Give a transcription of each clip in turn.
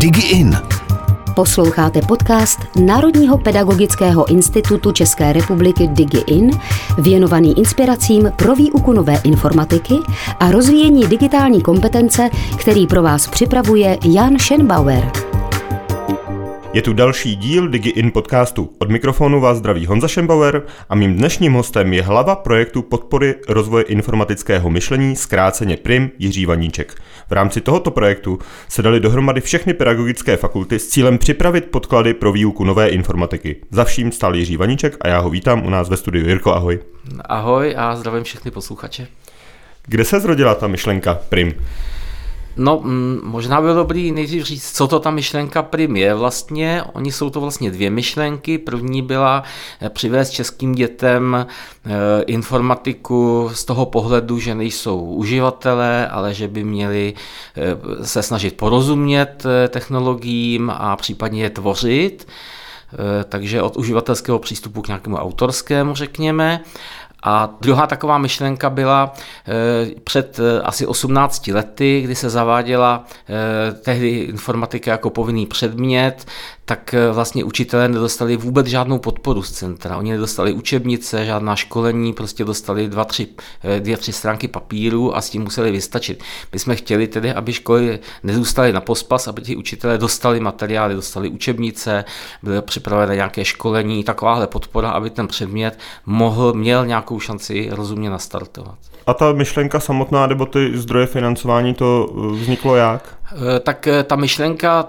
DigiIn. Posloucháte podcast Národního pedagogického institutu České republiky DigiIn, věnovaný inspiracím pro výuku nové informatiky a rozvíjení digitální kompetence, který pro vás připravuje Jan Schenbauer. Je tu další díl DigiIn podcastu. Od mikrofonu vás zdraví Honza Schenbauer a mým dnešním hostem je hlava projektu podpory rozvoje informatického myšlení, zkráceně PRIM, Jiří Vaníček. V rámci tohoto projektu se dali dohromady všechny pedagogické fakulty s cílem připravit podklady pro výuku nové informatiky. Za vším stál Jiří Vaníček a já ho vítám u nás ve studiu. Jirko, ahoj. Ahoj a zdravím všechny posluchače. Kde se zrodila ta myšlenka PRIM? No, možná bylo dobrý nejdřív říct, co to ta myšlenka PRIM je vlastně. Jsou to vlastně dvě myšlenky. První byla přivést českým dětem informatiku z toho pohledu, že nejsou uživatelé, ale že by měli se snažit porozumět technologiím a případně je tvořit. Takže od uživatelského přístupu k nějakému autorskému, řekněme. A druhá taková myšlenka byla před asi 18 lety, kdy se zaváděla tehdy informatika jako povinný předmět, tak vlastně učitelé nedostali vůbec žádnou podporu z centra. Oni nedostali učebnice, žádná školení, prostě dostali 2-3 stránky papíru a s tím museli vystačit. My jsme chtěli tedy, aby školy nezůstaly na pospas, aby ti učitelé dostali materiály, dostali učebnice, byly připravené nějaké školení, takováhle podpora, aby ten předmět měl nějakou šanci rozumně nastartovat. A ta myšlenka samotná, nebo ty zdroje financování, to vzniklo jak? Tak ta myšlenka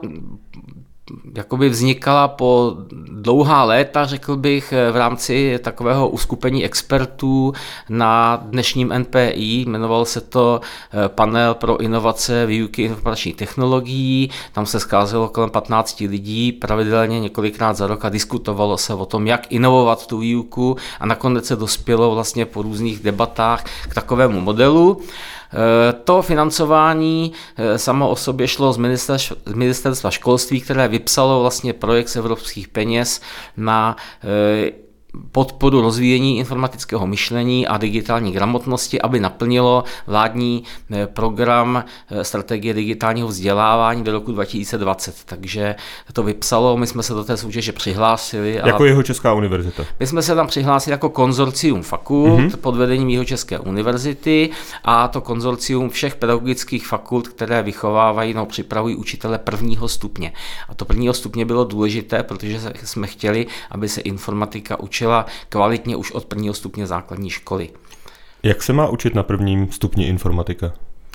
jakoby vznikala po dlouhá léta, řekl bych, v rámci takového uskupení expertů na dnešním NPI. Jmenoval se to Panel pro inovace výuky informačních technologií. Tam se scházelo kolem 15 lidí pravidelně několikrát za rok a diskutovalo se o tom, jak inovovat tu výuku a nakonec se dospělo vlastně po různých debatách k takovému modelu. To financování samo o sobě šlo z ministerstva školství, které vypsalo vlastně projekt z evropských peněz na podporu rozvíjení informatického myšlení a digitální gramotnosti, aby naplnilo vládní program strategie digitálního vzdělávání do roku 2020. Takže to vypsalo, my jsme se do té soutěže přihlásili. Jako Jihočeská univerzita? My jsme se tam přihlásili jako konzorcium fakult pod vedením Jihočeské univerzity a to konzorcium všech pedagogických fakult, které vychovávají, připravují učitele prvního stupně. A to prvního stupně bylo důležité, protože jsme chtěli, aby se informatika učila kvalitně už od prvního stupně základní školy. Jak se má učit na prvním stupni informatika?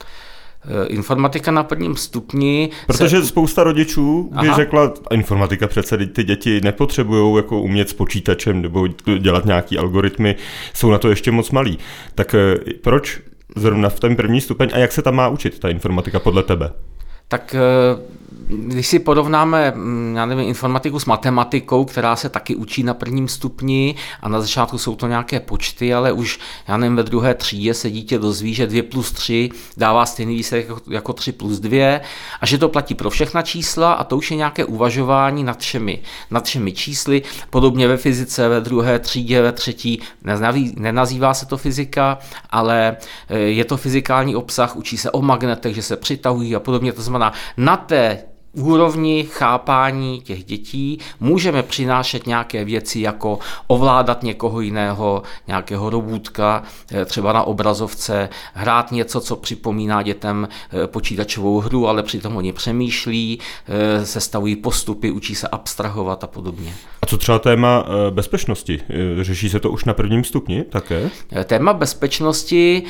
Informatika na prvním stupni... Protože spousta rodičů by řekla, informatika přece ty děti nepotřebují jako umět s počítačem nebo dělat nějaký algoritmy, jsou na to ještě moc malí. Tak proč zrovna v ten první stupeň a jak se tam má učit ta informatika podle tebe? Tak když si porovnáme, informatiku s matematikou, která se taky učí na prvním stupni a na začátku jsou to nějaké počty, ale už, ve druhé třídě se dítě dozví, že 2 + 3 dává stejný výsledek jako 3 + 2 a že to platí pro všechna čísla a to už je nějaké uvažování nad všemi čísly. Podobně ve fyzice, ve druhé třídě, ve třetí, nenazývá se to fyzika, ale je to fyzikální obsah, učí se o magnetech, že se přitahují a podobně, to znamená na té úrovni chápání těch dětí můžeme přinášet nějaké věci, jako ovládat někoho jiného, nějakého robůtka, třeba na obrazovce, hrát něco, co připomíná dětem počítačovou hru, ale přitom oni přemýšlí, sestavují postupy, učí se abstrahovat a podobně. A co třeba téma bezpečnosti? Řeší se to už na prvním stupni také? Téma bezpečnosti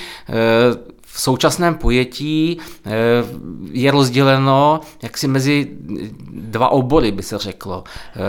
v současném pojetí je rozděleno jaksi mezi 2 obory, by se řeklo.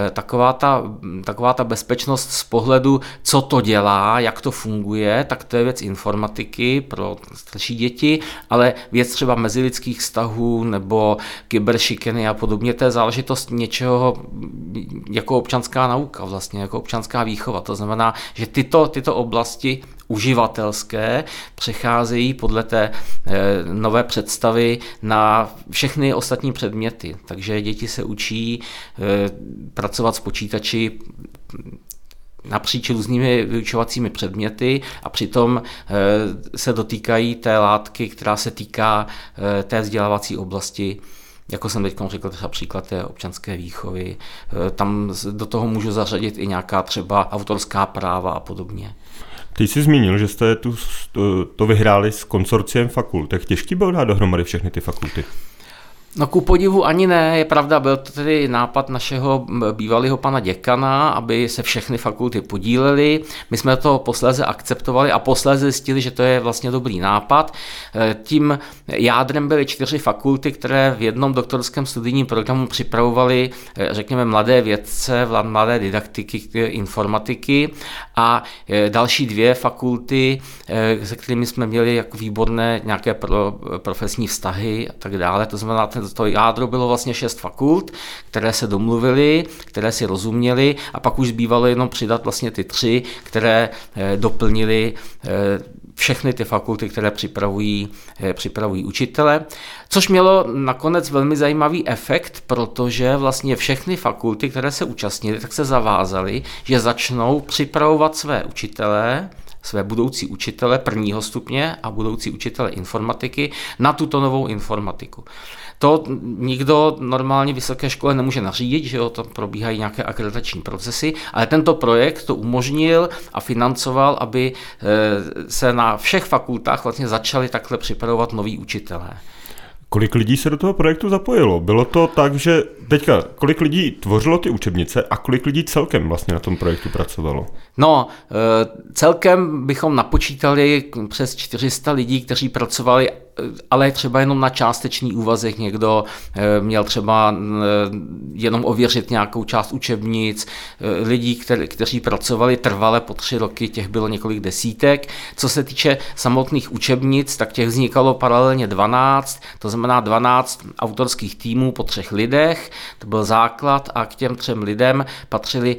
Taková ta bezpečnost z pohledu, co to dělá, jak to funguje, tak to je věc informatiky pro starší děti, ale věc třeba mezilidských vztahů nebo kyberšikeny a podobně, to je záležitost něčeho jako občanská nauka vlastně, jako občanská výchova. To znamená, že tyto oblasti uživatelské přecházejí podle té nové představy na všechny ostatní předměty. Takže děti se učí pracovat s počítači napříč různými vyučovacími předměty a přitom se dotýkají té látky, která se týká té vzdělávací oblasti jako jsem teď řekl, třeba příklad té občanské výchovy. Tam do toho můžu zařadit i nějaká třeba autorská práva a podobně. Ty jsi zmínil, že jste to vyhráli s konsorciem fakult. Jak těžký byl dát dohromady všechny ty fakulty? No ku podivu ani ne, je pravda, byl to tedy nápad našeho bývalého pana děkana, aby se všechny fakulty podílely. My jsme to posléze akceptovali a posléze zjistili, že to je vlastně dobrý nápad. Tím jádrem byly 4 fakulty, které v jednom doktorském studijním programu připravovaly, řekněme, mladé vědce, mladé didaktiky, informatiky a další 2 fakulty, se kterými jsme měli jako výborné nějaké profesní vztahy a tak dále. To znamená, to jádro bylo vlastně 6 fakult, které se domluvily, které si rozuměly a pak už zbývalo jenom přidat vlastně ty 3, které doplnily všechny ty fakulty, které připravují učitele, což mělo nakonec velmi zajímavý efekt, protože vlastně všechny fakulty, které se účastnily, tak se zavázaly, že začnou připravovat své učitele, své budoucí učitele 1. stupně a budoucí učitele informatiky na tuto novou informatiku. To nikdo normálně v vysoké škole nemůže nařídit, že jo, to probíhají nějaké akreditační procesy, ale tento projekt to umožnil a financoval, aby se na všech fakultách vlastně začali takhle připravovat noví učitelé. Kolik lidí se do toho projektu zapojilo? Bylo to tak, že teďka kolik lidí tvořilo ty učebnice a kolik lidí celkem vlastně na tom projektu pracovalo? No, celkem bychom napočítali přes 400 lidí, kteří pracovali, ale třeba jenom na částečný úvazek. Někdo měl třeba jenom ověřit nějakou část učebnic, lidí, kteří pracovali trvale po 3 roky, těch bylo několik desítek. Co se týče samotných učebnic, tak těch vznikalo paralelně 12, to znamená 12 autorských týmů po 3 lidech, to byl základ a k těm 3 lidem patřili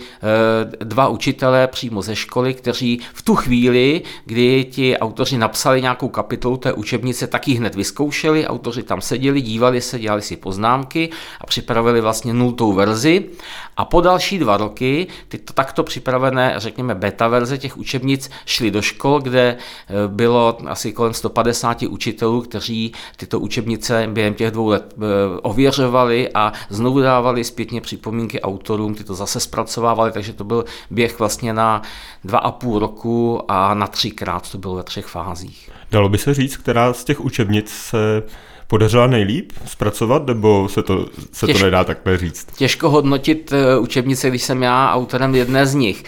2 učitelé přímo ze školy, kteří v tu chvíli, kdy ti autoři napsali nějakou kapitolu té učebnice, tak ji hned vyzkoušeli, autoři tam seděli, dívali se, dělali si poznámky a připravili vlastně 0. verzi. A po další 2 roky tyto takto připravené, řekněme, beta verze těch učebnic šly do škol, kde bylo asi kolem 150 učitelů, kteří tyto učebnice během těch 2 let ověřovali a znovu dávali zpětně připomínky autorům, ty to zase zpracovávali, takže to byl běh vlastně na 2,5 roku a na 3krát to bylo ve 3 fázích. Dalo by se říct, která z těch učebnic se podařila nejlíp zpracovat, nebo se to nedá takhle říct? Těžko hodnotit učebnice, když jsem já autorem jedné z nich.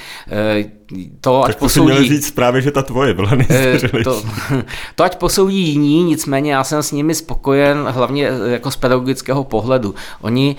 Tak to si měl říct právě, že ta tvoje byla nejzdařilejší. To ať posoudí jiní, nicméně já jsem s nimi spokojen, hlavně jako z pedagogického pohledu. Oni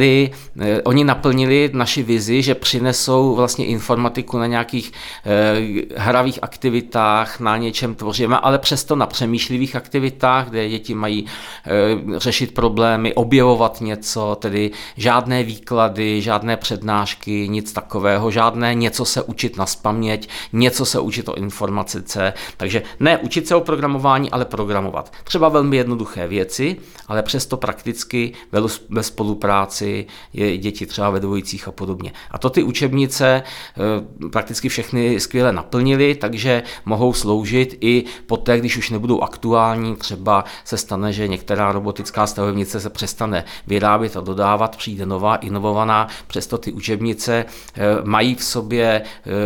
naplnili naši vizi, že přinesou vlastně informatiku na nějakých hravých aktivitách, na něčem tvoříme, ale přesto na přemýšlivých aktivitách, kde děti mají řešit problémy, objevovat něco, tedy žádné výklady, žádné přednášky, nic takového, žádné něco se učit na spaměť, něco se učit o informatice, takže ne učit se o programování, ale programovat. Třeba velmi jednoduché věci, ale přesto prakticky ve spolupráci děti třeba ve dvojicích a podobně. A to ty učebnice prakticky všechny skvěle naplnily, takže mohou sloužit i poté, když už nebudou aktuální, třeba se stane, že některá robotická stavebnice se přestane vyrábět a dodávat, přijde nová, inovovaná, přesto ty učebnice mají v sobě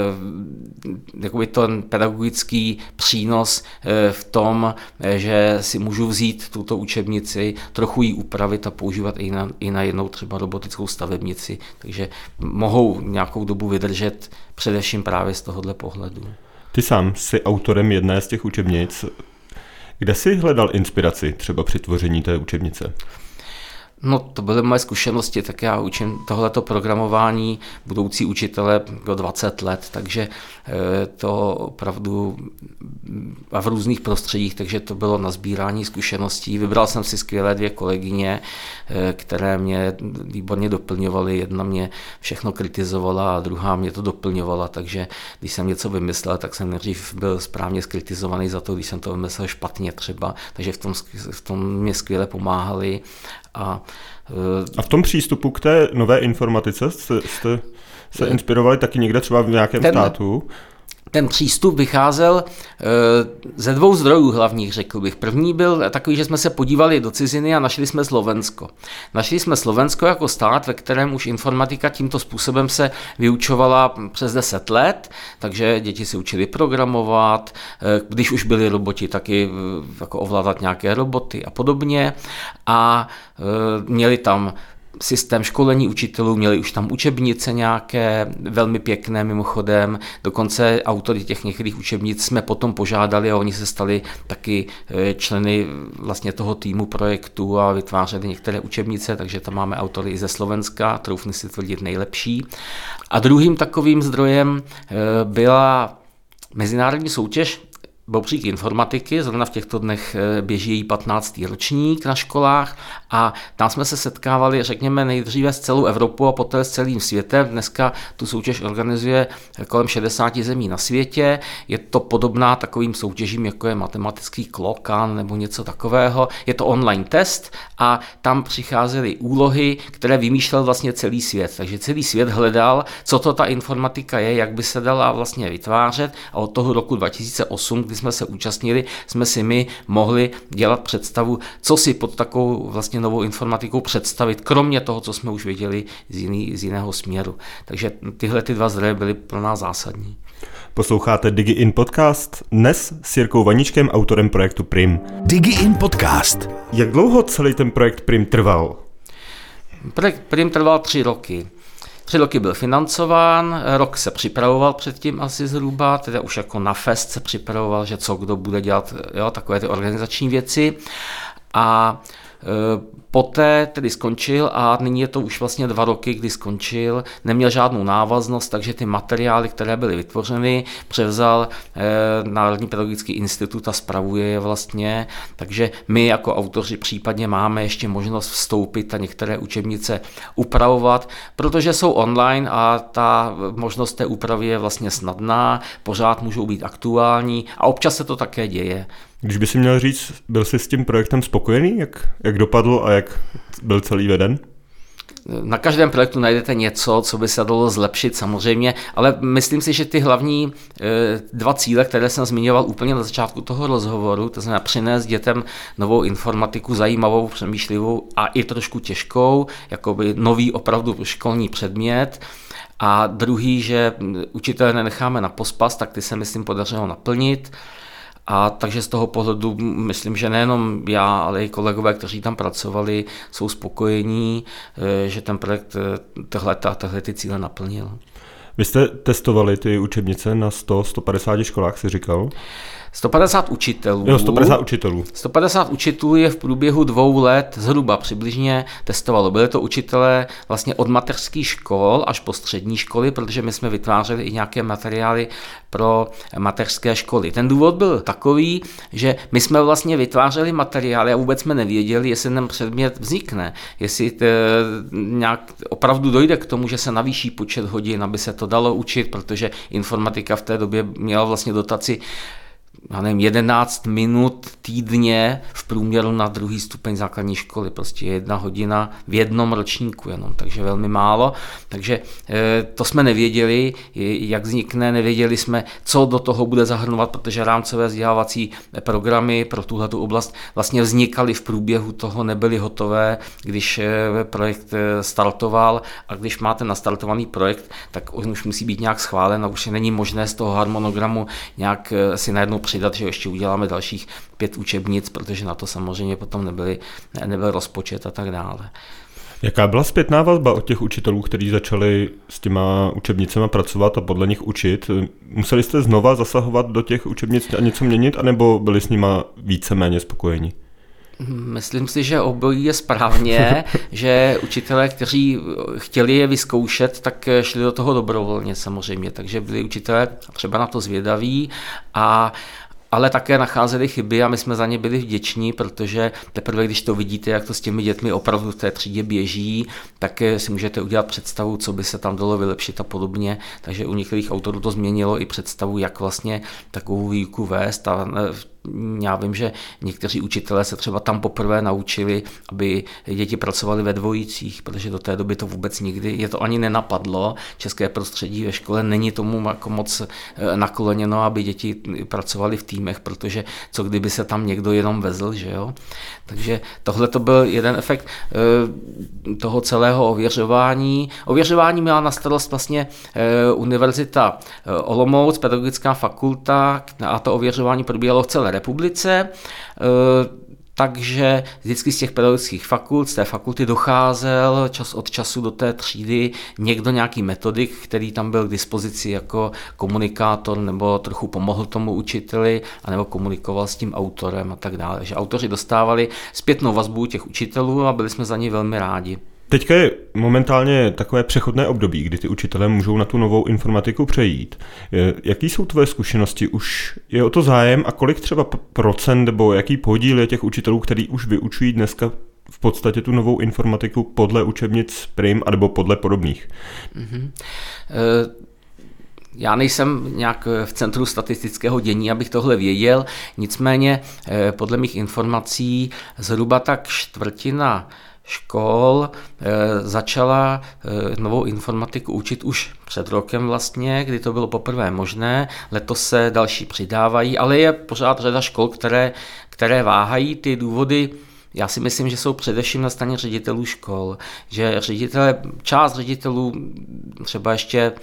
jakoby ten pedagogický přínos v tom, že si můžu vzít tuto učebnici, trochu ji upravit a používat i na jednou třeba robotickou stavebnici, takže mohou nějakou dobu vydržet především právě z tohohle pohledu. Ty sám jsi autorem jedné z těch učebnic. Kde jsi hledal inspiraci třeba při tvoření té učebnice? No, to byly moje zkušenosti, tak já učím tohleto programování budoucí učitele do 20 let, takže to opravdu a v různých prostředích, takže to bylo na sbírání zkušeností. Vybral jsem si skvělé 2 kolegyně, které mě výborně doplňovaly. Jedna mě všechno kritizovala a druhá mě to doplňovala, takže když jsem něco vymyslel, tak jsem nejdřív byl správně skritizovaný za to, když jsem to vymyslel špatně třeba, takže v tom mě skvěle pomáhali. A v tom přístupu k té nové informatice jste se inspirovali taky někde třeba v nějakém státu? ten přístup vycházel ze dvou zdrojů hlavních, řekl bych. První byl takový, že jsme se podívali do ciziny a našli jsme Slovensko. Našli jsme Slovensko jako stát, ve kterém už informatika tímto způsobem se vyučovala přes 10 let, takže děti se učili programovat, když už byli roboti, taky jako ovládat nějaké roboty a podobně. A měli tam systém školení učitelů, měli už tam učebnice nějaké, velmi pěkné mimochodem, dokonce autory těch některých učebnic jsme potom požádali a oni se stali taky členy vlastně toho týmu projektu a vytvářeli některé učebnice, takže tam máme autory i ze Slovenska, troufnu si tvrdit nejlepší. A druhým takovým zdrojem byla mezinárodní soutěž Bobřík informatiky, zrovna v těchto dnech běží její 15. ročník na školách a tam jsme se setkávali, řekněme, nejdříve s celou Evropou a poté s celým světem. Dneska tu soutěž organizuje kolem 60 zemí na světě. Je to podobná takovým soutěžím, jako je matematický Klokan nebo něco takového. Je to online test a tam přicházely úlohy, které vymýšlel vlastně celý svět. Takže celý svět hledal, co to ta informatika je, jak by se dala vlastně vytvářet a od toho roku 2008, kdy jsme se účastnili, jsme si my mohli dělat představu, co si pod takovou vlastně novou informatikou představit, kromě toho, co jsme už věděli z jiného směru. Takže tyhle ty dva zdroje byly pro nás zásadní. Posloucháte DigiIn podcast, dnes s Jirkou Vaníčkem, autorem projektu Prim. DigiIn podcast. Jak dlouho celý ten projekt Prim trval? Projekt Prim trval 3 roky. 3 roky byl financován, rok se připravoval předtím asi zhruba, teda už jako na fest se připravoval, že co kdo bude dělat, jo, takové ty organizační věci. A poté tedy skončil a nyní je to už vlastně 2 roky, kdy skončil, neměl žádnou návaznost, takže ty materiály, které byly vytvořeny, převzal Národní pedagogický institut a spravuje je vlastně, takže my jako autoři případně máme ještě možnost vstoupit a některé učebnice upravovat, protože jsou online a ta možnost té úpravy je vlastně snadná, pořád můžou být aktuální a občas se to také děje. Když by si měl říct, byl jsi s tím projektem spokojený, jak dopadl a jak byl celý veden? Na každém projektu najdete něco, co by se dalo zlepšit samozřejmě, ale myslím si, že ty hlavní 2 cíle, které jsem zmiňoval úplně na začátku toho rozhovoru, to znamená přinést dětem novou informatiku, zajímavou, přemýšlivou a i trošku těžkou, jakoby nový opravdu školní předmět, a druhý, že učitele nenecháme na pospas, tak ty se myslím podařilo naplnit. A takže z toho pohledu myslím, že nejenom já, ale i kolegové, kteří tam pracovali, jsou spokojení, že ten projekt tyhle ty cíle naplnil. Vy jste testovali ty učebnice na 150 školách, si říkal? 150 učitelů. Jo, 150 učitelů. 150 učitelů je v průběhu 2 let zhruba přibližně testovalo. Byly to učitelé vlastně od mateřských škol až po střední školy, protože my jsme vytvářeli i nějaké materiály pro mateřské školy. Ten důvod byl takový, že my jsme vlastně vytvářeli materiály a vůbec jsme nevěděli, jestli ten předmět vznikne, jestli nějak opravdu dojde k tomu, že se navýší počet hodin, aby se to dalo učit, protože informatika v té době měla vlastně dotaci 11 minut týdně v průměru na 2. stupeň základní školy, prostě 1 hodina v jednom ročníku jenom, takže velmi málo, takže to jsme nevěděli, jak vznikne, nevěděli jsme, co do toho bude zahrnovat, protože rámcové vzdělávací programy pro tuhletu oblast vlastně vznikaly v průběhu toho, nebyly hotové, když projekt startoval, a když máte nastartovaný projekt, tak on už musí být nějak schválen a už není možné z toho harmonogramu nějak si najednou přidat, že ještě uděláme dalších 5 učebnic, protože na to samozřejmě potom nebyl rozpočet a tak dále. Jaká byla zpětná vazba od těch učitelů, kteří začali s těma učebnicema pracovat a podle nich učit? Museli jste znova zasahovat do těch učebnic a něco měnit, anebo byli s nima víceméně spokojeni? Myslím si, že obojí je správně, že učitelé, kteří chtěli je vyzkoušet, tak šli do toho dobrovolně samozřejmě, takže byli učitelé třeba na to zvědaví, ale také nacházeli chyby a my jsme za ně byli vděční, protože teprve, když to vidíte, jak to s těmi dětmi opravdu v té třídě běží, tak si můžete udělat představu, co by se tam dalo vylepšit a podobně. Takže u některých autorů to změnilo i představu, jak vlastně takovou výuku vést, a já vím, že někteří učitelé se třeba tam poprvé naučili, aby děti pracovali ve dvojicích, protože do té doby to vůbec nikdy, je to ani nenapadlo, české prostředí ve škole není tomu jako moc nakloněno, aby děti pracovali v týmech, protože co kdyby se tam někdo jenom vezl, že jo. Takže tohle to byl jeden efekt toho celého ověřování. Ověřování měla na starost vlastně Univerzita Olomouc, Pedagogická fakulta, a to ověřování probíhalo v celé republice, takže vždycky z těch pedagogických fakult, z té fakulty docházel čas od času do té třídy někdo, nějaký metodik, který tam byl k dispozici jako komunikátor nebo trochu pomohl tomu učiteli anebo komunikoval s tím autorem a tak dále. Takže autoři dostávali zpětnou vazbu těch učitelů a byli jsme za ně velmi rádi. Teďka je momentálně takové přechodné období, kdy ty učitelé můžou na tu novou informatiku přejít. Jaký jsou tvoje zkušenosti? Už je o to zájem a kolik třeba procent nebo jaký podíl je těch učitelů, který už vyučují dneska v podstatě tu novou informatiku podle učebnic PRIM anebo podle podobných? Já nejsem nějak v centru statistického dění, abych tohle věděl, nicméně podle mých informací zhruba tak čtvrtina škol začala novou informatiku učit už před rokem vlastně, kdy to bylo poprvé možné, letos se další přidávají, ale je pořád řada škol, které váhají. Ty důvody, já si myslím, že jsou především na straně ředitelů škol, že část ředitelů třeba ještě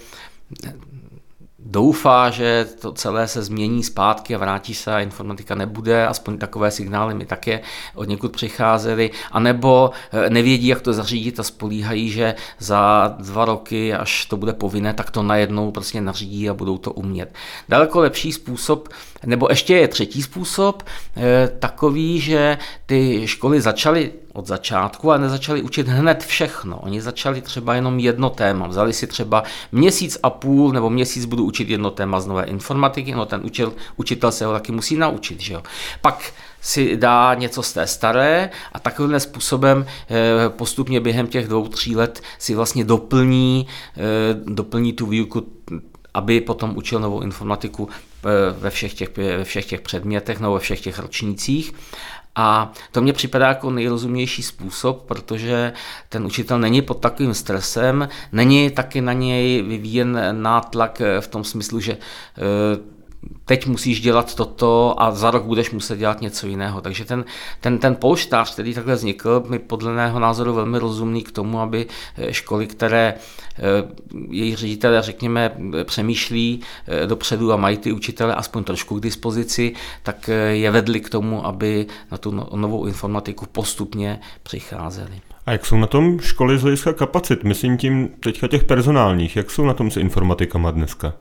doufá, že to celé se změní zpátky a vrátí se a informatika nebude, aspoň takové signály mi také od někud přicházely, anebo nevědí, jak to zařídit a spolíhají, že za 2 roky, až to bude povinné, tak to najednou prostě nařídí a budou to umět. Daleko lepší způsob, nebo ještě je třetí způsob, takový, že ty školy začaly od začátku a nezačali učit hned všechno. Oni začali třeba jenom jedno téma. Vzali si třeba 1,5 měsíce nebo měsíc budu učit jedno téma z nové informatiky, no ten učitel se ho taky musí naučit, že jo. Pak si dá něco z té staré a takovým způsobem postupně během těch 2-3 let si vlastně doplní tu výuku, aby potom učil novou informatiku ve všech těch předmětech nebo ve všech těch ročnících. A to mně připadá jako nejrozumnější způsob, protože ten učitel není pod takovým stresem, není taky na něj vyvíjen nátlak v tom smyslu, že teď musíš dělat toto a za rok budeš muset dělat něco jiného. Takže ten polštář, který takhle vznikl, mi podle mého názoru velmi rozumný k tomu, aby školy, které jejich ředitelé, řekněme, přemýšlí dopředu a mají ty učitele aspoň trošku k dispozici, tak je vedli k tomu, aby na tu novou informatiku postupně přicházeli. A jak jsou na tom školy z hlediska kapacit? Myslím tím teďka těch personálních. Jak jsou na tom s informatikama dneska?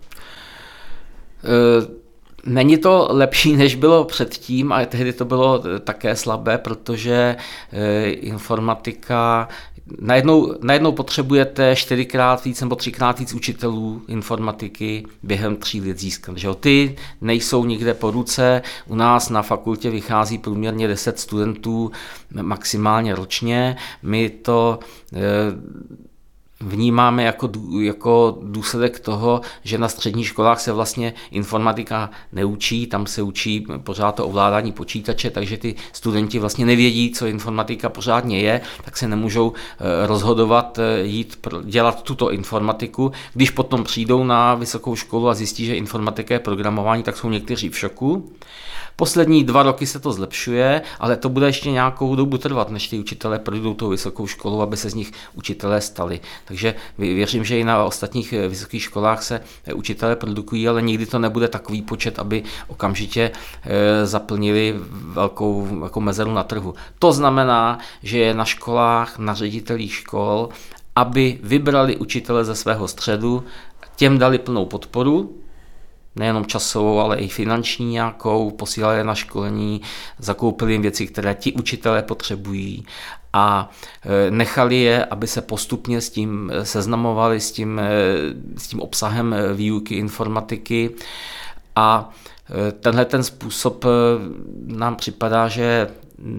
Není to lepší, než bylo předtím, ale tehdy to bylo také slabé, protože informatika, najednou potřebujete 4x víc nebo 3x víc učitelů informatiky během 3 let získat. Že? Ty nejsou nikde po ruce, u nás na fakultě vychází průměrně 10 studentů maximálně ročně, my to vnímáme jako důsledek toho, že na středních školách se vlastně informatika neučí, tam se učí pořád to ovládání počítače, takže ty studenti vlastně nevědí, co informatika pořádně je, tak se nemůžou rozhodovat dělat tuto informatiku. Když potom přijdou na vysokou školu a zjistí, že informatika je programování, tak jsou někteří v šoku. Poslední 2 roky se to zlepšuje, ale to bude ještě nějakou dobu trvat, než ty učitelé projdou tou vysokou školu, aby se z nich učitelé stali. Takže věřím, že i na ostatních vysokých školách se učitelé produkují, ale nikdy to nebude takový počet, aby okamžitě zaplnili velkou mezeru na trhu. To znamená, že je na školách, na ředitelích škol, aby vybrali učitele ze svého středu, těm dali plnou podporu, nejenom časovou, ale i finanční nějakou, posílali je na školení, zakoupili jim věci, které ti učitelé potřebují a nechali je, aby se postupně s tím seznamovali, s tím obsahem výuky informatiky a tenhle ten způsob nám připadá, že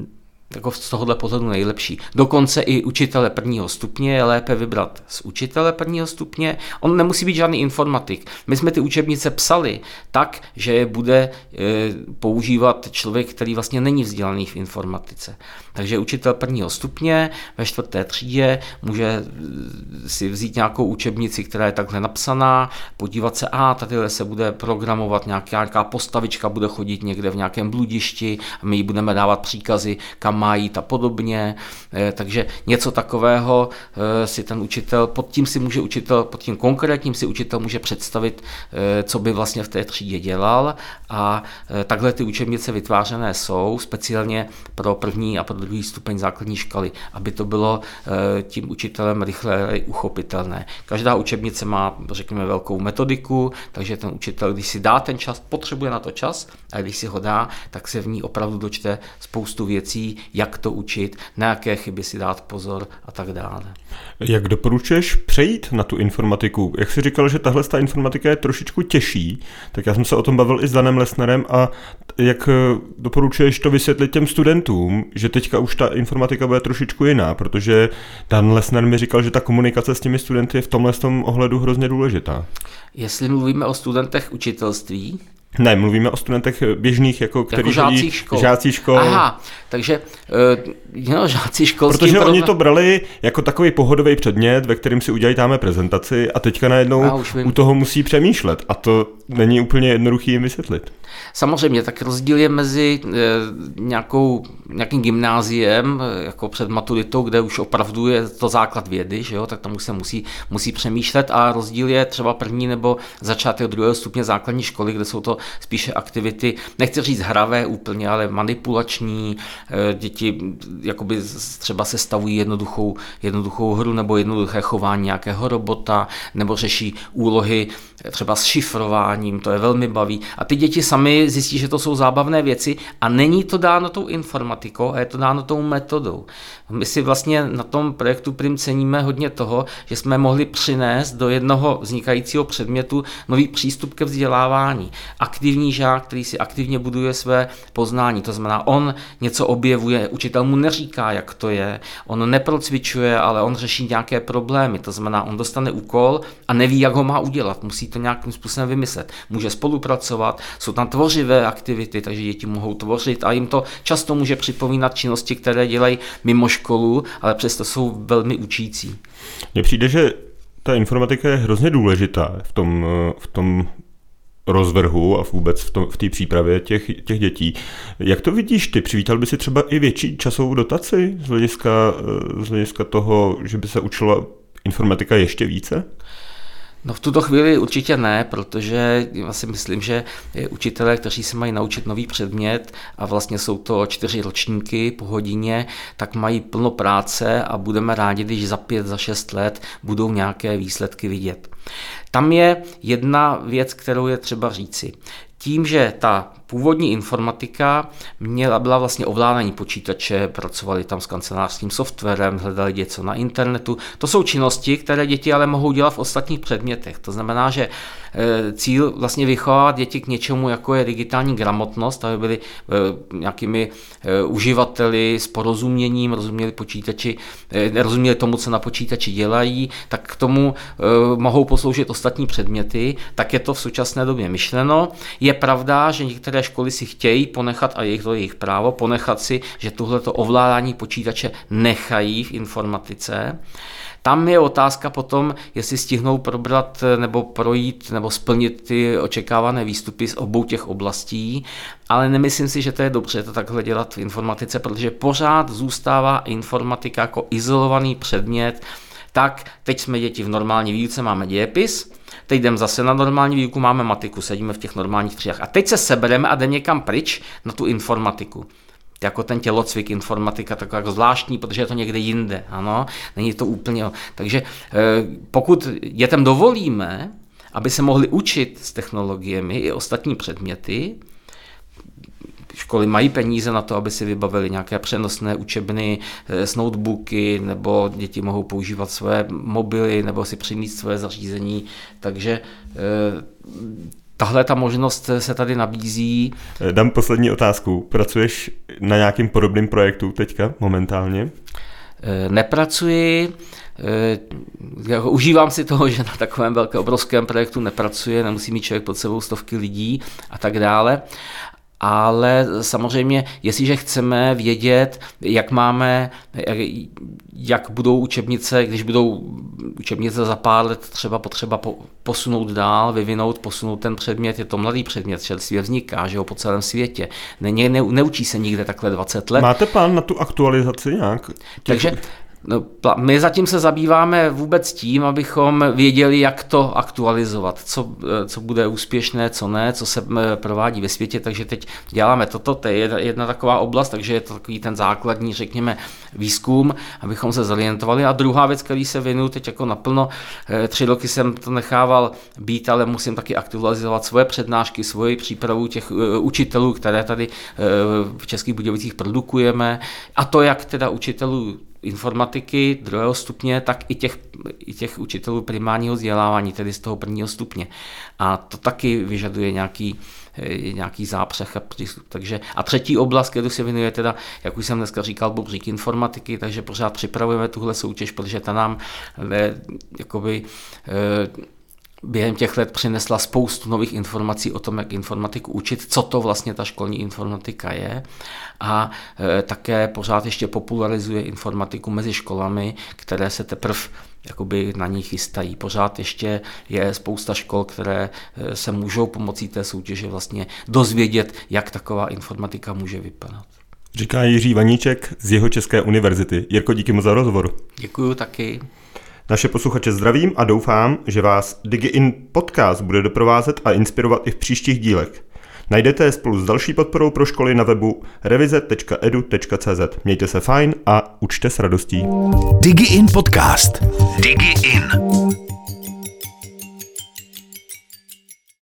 jako z tohohle pohledu nejlepší. Dokonce i učitele prvního stupně je lépe vybrat z učitele prvního stupně. On nemusí být žádný informatik. My jsme ty učebnice psali tak, že je bude používat člověk, který vlastně není vzdělaný v informatice. Takže učitel prvního stupně ve 4. třídě může si vzít nějakou učebnici, která je takhle napsaná, podívat se, tady se bude programovat nějaká postavička, bude chodit někde v nějakém bludišti a my jí budeme dávat příkazy, kam má jít a podobně. Takže něco takového si ten učitel, pod tím konkrétním si učitel může představit, co by vlastně v té třídě dělal, a takhle ty učebnice vytvářené jsou speciálně pro první a pro druhý stupeň základní školy, aby to bylo tím učitelem rychle uchopitelné. Každá učebnice má, řekněme, velkou metodiku, takže ten učitel, když si dá ten čas, potřebuje na to čas, a když si ho dá, tak se v ní opravdu dočte spoustu věcí, jak to učit, na jaké chyby si dát pozor a tak dále. Jak doporučuješ přejít na tu informatiku? Jak jsi říkal, že tahle informatika je trošičku těžší, tak já jsem se o tom bavil i s Danem Lesnerem, a jak doporučuješ to vysvětlit těm studentům, že teďka už ta informatika bude trošičku jiná, protože Dan Lesner mi říkal, že ta komunikace s těmi studenty je v tomhle ohledu hrozně důležitá. Jestli mluvíme o studentech učitelství? Ne, mluvíme o studentech běžných, jako žácích škol. Aha, takže žáci školským... Protože oni to brali jako takový pohodový předmět, ve kterým si uděláme prezentaci, a teďka najednou u toho musí přemýšlet, a to není úplně jednoduchý jim vysvětlit. Samozřejmě, tak rozdíl je mezi nějakým gymnáziem, jako před maturitou, kde už opravdu je to základ vědy, že jo, tak tam už se musí přemýšlet, a rozdíl je třeba první nebo začátek 2. stupně základní školy, kde jsou to spíše aktivity, nechci říct hravé úplně, ale manipulační. Děti jakoby třeba sestavují jednoduchou hru nebo jednoduché chování nějakého robota, nebo řeší úlohy třeba s šifrováním, to je velmi baví. A ty děti sami zjistí, že to jsou zábavné věci, a není to dáno tou informatikou, a je to dáno tou metodou. My si vlastně na tom projektu PRIM ceníme hodně toho, že jsme mohli přinést do jednoho vznikajícího předmětu nový přístup ke vzdělávání. Aktivní žák, který si aktivně buduje své poznání, to znamená, on něco objevuje, učitel mu neříká, jak to je, on neprocvičuje, ale on řeší nějaké problémy, to znamená, on dostane úkol a neví, jak ho má udělat, musí to nějakým způsobem vymyslet. Může spolupracovat, jsou tam tvořivé aktivity, takže děti mohou tvořit, a jim to často může připomínat činnosti, které dělají mimo školu, ale přesto jsou velmi učící. Mně přijde, že ta informatika je hrozně důležitá v tom rozvrhu a vůbec v té přípravě těch dětí. Jak to vidíš ty? Přivítal by si třeba i větší časovou dotaci z hlediska toho, že by se učila informatika ještě více? No v tuto chvíli určitě ne, protože já si myslím, že učitelé, kteří se mají naučit nový předmět, a vlastně jsou to 4 ročníky po hodině, tak mají plno práce, a budeme rádi, když za 5, za 6 let budou nějaké výsledky vidět. Tam je jedna věc, kterou je třeba říci. Tím, že ta původní informatika byla vlastně ovládání počítače, pracovali tam s kancelářským softwarem, hledali něco na internetu. To jsou činnosti, které děti ale mohou dělat v ostatních předmětech. To znamená, že cíl vlastně vychovávat děti k něčemu, jako je digitální gramotnost, aby byli nějakými uživateli s porozuměním, rozuměli tomu, co na počítači dělají, tak k tomu mohou posloužit ostatní předměty, tak je to v současné době myšleno. Je pravda, že některé školy si chtějí ponechat, a to je jejich právo, ponechat si, že tohleto ovládání počítače nechají v informatice. Tam je otázka potom, jestli stihnou probrat nebo projít nebo splnit ty očekávané výstupy z obou těch oblastí, ale nemyslím si, že to je dobře to takhle dělat v informatice, protože pořád zůstává informatika jako izolovaný předmět. Tak teď jsme děti v normální výuce, máme dějepis, teď jdeme zase na normální výuku, máme matiku, sedíme v těch normálních třídách a teď se sebereme a jdeme někam pryč na tu informatiku. Jako ten tělocvik, informatika, tak jako zvláštní, protože je to někde jinde, ano, není to úplně. Takže pokud dětem dovolíme, aby se mohli učit s technologiemi i ostatní předměty, školy mají peníze na to, aby si vybavili nějaké přenosné učebny s notebooky, nebo děti mohou používat své mobily, nebo si přinést své zařízení, takže tahle ta možnost se tady nabízí. Dám poslední otázku. Pracuješ na nějakým podobným projektu teďka momentálně? Nepracuji, užívám si toho, že na takovém obrovském projektu nepracuje, nemusí mít člověk pod sebou stovky lidí a tak dále. Ale samozřejmě, jestliže chceme vědět, jak budou učebnice, když budou učebnice za pár let třeba potřeba posunout dál, posunout ten předmět, je to mladý předmět, čerstvě vzniká, že jo, po celém světě. Neučí se nikde takhle 20 let. Máte plán na tu aktualizaci nějak? Takže my zatím se zabýváme vůbec tím, abychom věděli, jak to aktualizovat, co bude úspěšné, co ne, co se provádí ve světě, takže teď děláme toto, to je jedna taková oblast, takže je to takový ten základní, řekněme, výzkum, abychom se zorientovali. A druhá věc, který se věnuju teď jako naplno, 3 roky jsem to nechával být, ale musím taky aktualizovat svoje přednášky, svoji přípravu těch učitelů, které tady v Českých Budějovicích produkujeme, a to jak teda učitelů informatiky 2. stupně, tak i těch učitelů primárního vzdělávání, tedy z toho 1. stupně. A to taky vyžaduje nějaký zápřeh a přístup. Takže, a třetí oblast, kterou se věnuje teda, jak už jsem dneska říkal, bobřík informatiky, takže pořád připravujeme tuhle soutěž, protože ta nám během těch let přinesla spoustu nových informací o tom, jak informatiku učit, co to vlastně ta školní informatika je, a také pořád ještě popularizuje informatiku mezi školami, které se teprve na ní chystají. Pořád ještě je spousta škol, které se můžou pomocí té soutěže vlastně dozvědět, jak taková informatika může vypadat. Říká Jiří Vaníček z Jihočeské univerzity. Jirko, díky moc za rozhovor. Děkuju taky. Naše posluchače zdravím a doufám, že vás DigiIn podcast bude doprovázet a inspirovat i v příštích dílech. Najdete je spolu s další podporou pro školy na webu revize.edu.cz. Mějte se fajn a učte s radostí. DigiIn podcast. DigiIn.